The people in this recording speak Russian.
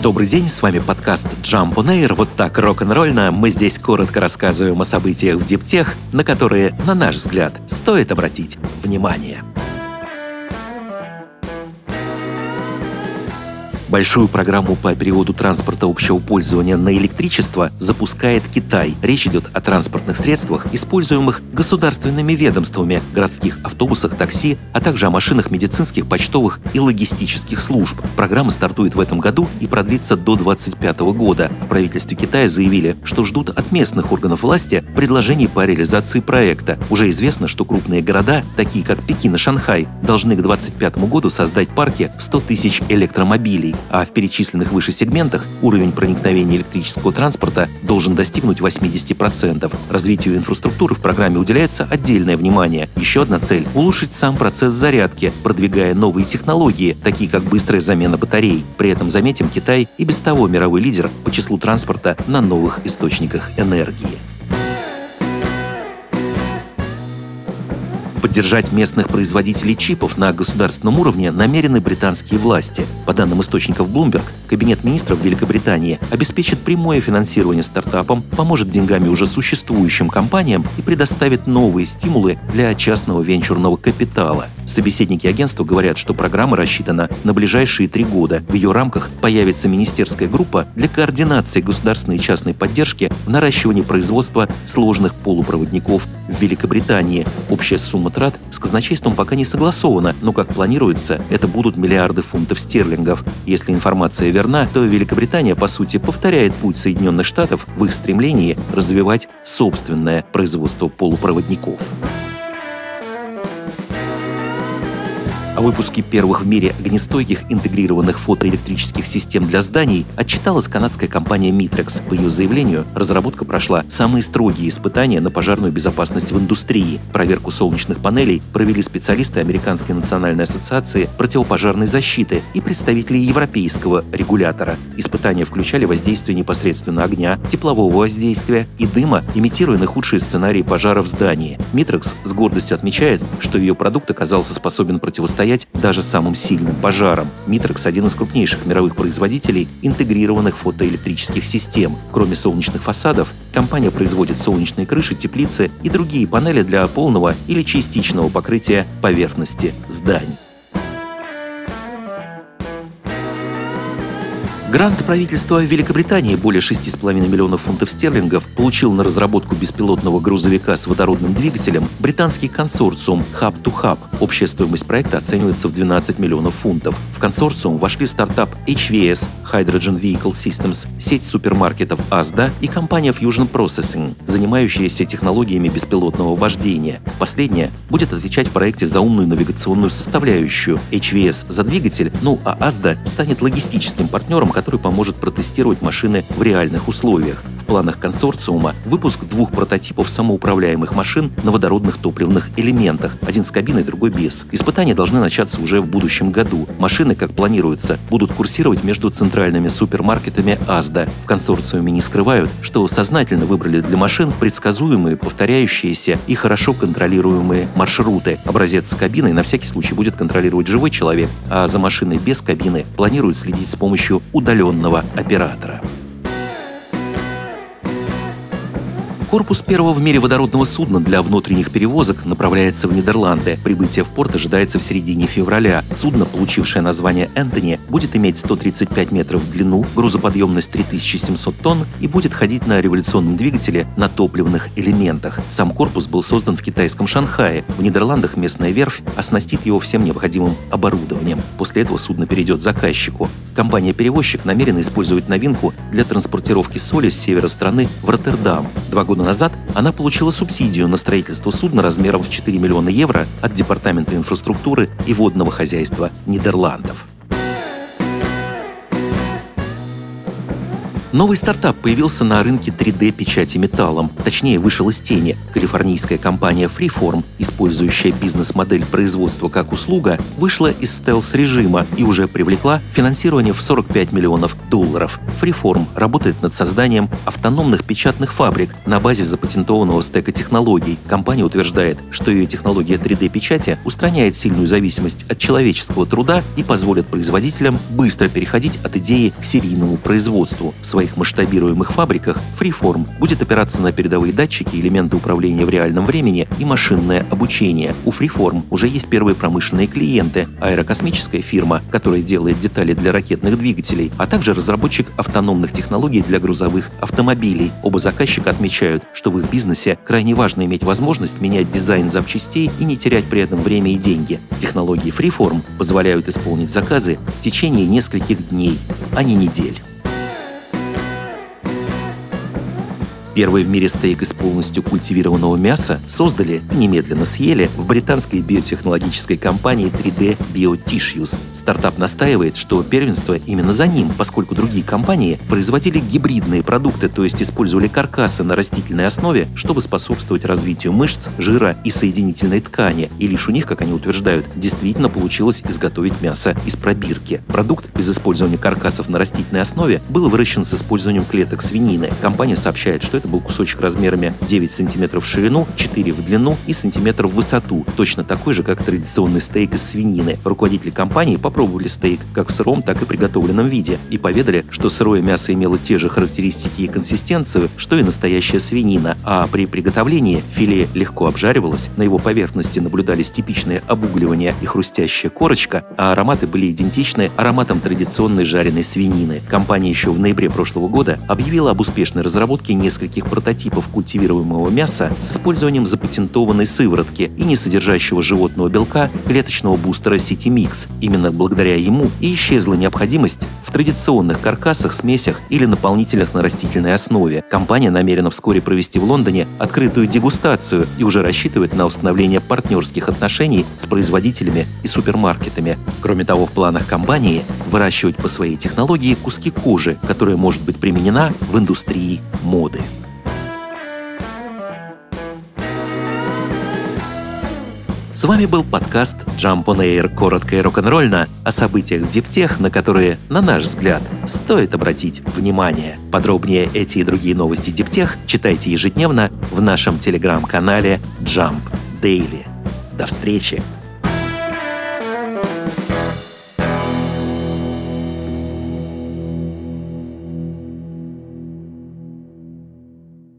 Добрый день, с вами подкаст Jump on Air. Вот так рок-н-ролльно мы здесь коротко рассказываем о событиях в диптех, на которые, на наш взгляд, стоит обратить внимание. Большую программу по переводу транспорта общего пользования на электричество запускает Китай. Речь идет о транспортных средствах, используемых государственными ведомствами, городских автобусах, такси, а также о машинах медицинских, почтовых и логистических служб. Программа стартует в этом году и продлится до 2025 года. В правительстве Китая заявили, что ждут от местных органов власти предложений по реализации проекта. Уже известно, что крупные города, такие как Пекин и Шанхай, должны к 2025 году создать парки в 100 тысяч электромобилей. А в перечисленных выше сегментах уровень проникновения электрического транспорта должен достигнуть 80%. Развитию инфраструктуры в программе уделяется отдельное внимание. Еще одна цель – улучшить сам процесс зарядки, продвигая новые технологии, такие как быстрая замена батарей. При этом, заметим, Китай и без того мировой лидер по числу транспорта на новых источниках энергии. Поддержать местных производителей чипов на государственном уровне намерены британские власти. По данным источников Bloomberg, Кабинет министров Великобритании обеспечит прямое финансирование стартапам, поможет деньгами уже существующим компаниям и предоставит новые стимулы для частного венчурного капитала. Собеседники агентства говорят, что программа рассчитана на ближайшие 3 года. В ее рамках появится министерская группа для координации государственной и частной поддержки в наращивании производства сложных полупроводников в Великобритании. Общая сумма трат с казначейством пока не согласована, но, как планируется, это будут миллиарды фунтов стерлингов. Если информация верна, то Великобритания, по сути, повторяет путь Соединенных Штатов в их стремлении развивать собственное производство полупроводников. О выпуске первых в мире огнестойких интегрированных фотоэлектрических систем для зданий отчиталась канадская компания Mitrex. По ее заявлению, разработка прошла самые строгие испытания на пожарную безопасность в индустрии. Проверку солнечных панелей провели специалисты Американской национальной ассоциации противопожарной защиты и представители европейского регулятора. Испытания включали воздействие непосредственно огня, теплового воздействия и дыма, имитируя наихудшие сценарии пожара в здании. Mitrex с гордостью отмечает, что ее продукт оказался способен противостоять даже самым сильным пожарам. Mitrex – один из крупнейших мировых производителей интегрированных фотоэлектрических систем. Кроме солнечных фасадов, компания производит солнечные крыши, теплицы и другие панели для полного или частичного покрытия поверхности зданий. Грант правительства Великобритании более 6,5 миллионов фунтов стерлингов получил на разработку беспилотного грузовика с водородным двигателем британский консорциум Hub2Hub. Общая стоимость проекта оценивается в 12 миллионов фунтов. В консорциум вошли стартап HVS Hydrogen Vehicle Systems, сеть супермаркетов Asda и компания Fusion Processing, занимающаяся технологиями беспилотного вождения. Последняя будет отвечать в проекте за умную навигационную составляющую. HVS за двигатель, а Asda станет логистическим партнером, который поможет протестировать машины в реальных условиях. В планах консорциума выпуск 2 прототипов самоуправляемых машин на водородных топливных элементах, один с кабиной, другой без. Испытания должны начаться уже в будущем году. Машины, как планируется, будут курсировать между центральными супермаркетами Asda. В консорциуме не скрывают, что сознательно выбрали для машин предсказуемые, повторяющиеся и хорошо контролируемые маршруты. Образец с кабиной на всякий случай будет контролировать живой человек, а за машиной без кабины планируют следить с помощью удаленного оператора. Корпус первого в мире водородного судна для внутренних перевозок направляется в Нидерланды. Прибытие в порт ожидается в середине февраля. Судно, получившее название «Энтони», будет иметь 135 метров в длину, грузоподъемность 3700 тонн и будет ходить на революционном двигателе на топливных элементах. Сам корпус был создан в китайском Шанхае. В Нидерландах местная верфь оснастит его всем необходимым оборудованием. После этого судно перейдет заказчику. Компания-перевозчик намерена использовать новинку для транспортировки соли с севера страны в Роттердам. 2 года назад она получила субсидию на строительство судна размером в 4 миллиона евро от Департамента инфраструктуры и водного хозяйства Нидерландов. Новый стартап появился на рынке 3D-печати металлом, точнее вышел из тени. Калифорнийская компания Freeform, использующая бизнес-модель производства как услуга, вышла из стелс-режима и уже привлекла финансирование в $45 миллионов. Freeform работает над созданием автономных печатных фабрик на базе запатентованного стека технологий. Компания утверждает, что ее технология 3D-печати устраняет сильную зависимость от человеческого труда и позволит производителям быстро переходить от идеи к серийному производству. В своих масштабируемых фабриках Freeform будет опираться на передовые датчики, элементы управления в реальном времени и машинное обучение. У Freeform уже есть первые промышленные клиенты – аэрокосмическая фирма, которая делает детали для ракетных двигателей, а также разработчик автономных технологий для грузовых автомобилей. Оба заказчика отмечают, что в их бизнесе крайне важно иметь возможность менять дизайн запчастей и не терять при этом время и деньги. Технологии Freeform позволяют исполнить заказы в течение нескольких дней, а не недель. Первый в мире стейк из полностью культивированного мяса создали и немедленно съели в британской биотехнологической компании 3D BioTissues. Стартап настаивает, что первенство именно за ним, поскольку другие компании производили гибридные продукты, то есть использовали каркасы на растительной основе, чтобы способствовать развитию мышц, жира и соединительной ткани. И лишь у них, как они утверждают, действительно получилось изготовить мясо из пробирки. Продукт без использования каркасов на растительной основе был выращен с использованием клеток свинины. Компания сообщает, что это был кусочек размерами 9 см в ширину, 4 в длину и сантиметр в высоту, точно такой же, как традиционный стейк из свинины. Руководители компании попробовали стейк как в сыром, так и приготовленном виде и поведали, что сырое мясо имело те же характеристики и консистенцию, что и настоящая свинина, а при приготовлении филе легко обжаривалось, на его поверхности наблюдались типичные обугливания и хрустящая корочка, а ароматы были идентичны ароматам традиционной жареной свинины. Компания еще в ноябре прошлого года объявила об успешной разработке нескольких прототипов культивируемого мяса с использованием запатентованной сыворотки и не содержащего животного белка клеточного бустера CityMix. Именно благодаря ему и исчезла необходимость в традиционных каркасах, смесях или наполнителях на растительной основе. Компания намерена вскоре провести в Лондоне открытую дегустацию и уже рассчитывает на установление партнерских отношений с производителями и супермаркетами. Кроме того, в планах компании выращивать по своей технологии куски кожи, которая может быть применена в индустрии моды. С вами был подкаст Jump on Air коротко и рок-н-ролльно о событиях в диптех, на которые, на наш взгляд, стоит обратить внимание. Подробнее эти и другие новости диптех читайте ежедневно в нашем телеграм-канале Jump Daily. До встречи!